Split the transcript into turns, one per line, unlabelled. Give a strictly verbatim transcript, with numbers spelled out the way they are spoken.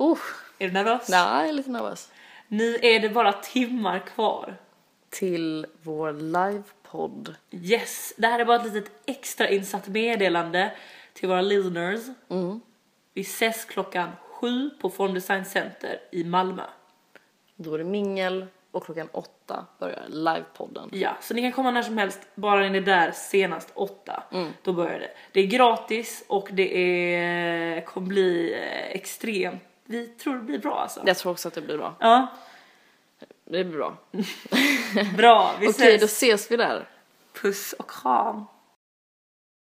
Oh.
Är du nervös?
Nej, jag är lite nervös.
Nu är det bara timmar kvar.
Till vår livepodd.
Yes, det här är bara ett litet extra insatt meddelande till våra listeners.
Mm.
Vi ses klockan sju på Formdesign Center i Malmö.
Då är det mingel och klockan åtta börjar livepodden.
Ja, så ni kan komma när som helst, bara ni är där senast åtta.
Mm.
Då börjar det. Det är gratis och det är, kommer bli extremt. Vi tror det blir bra alltså.
Jag tror också att det blir bra.
Ja.
Det blir bra.
Bra, vi
Okej,
ses.
då ses vi där.
Puss och kram.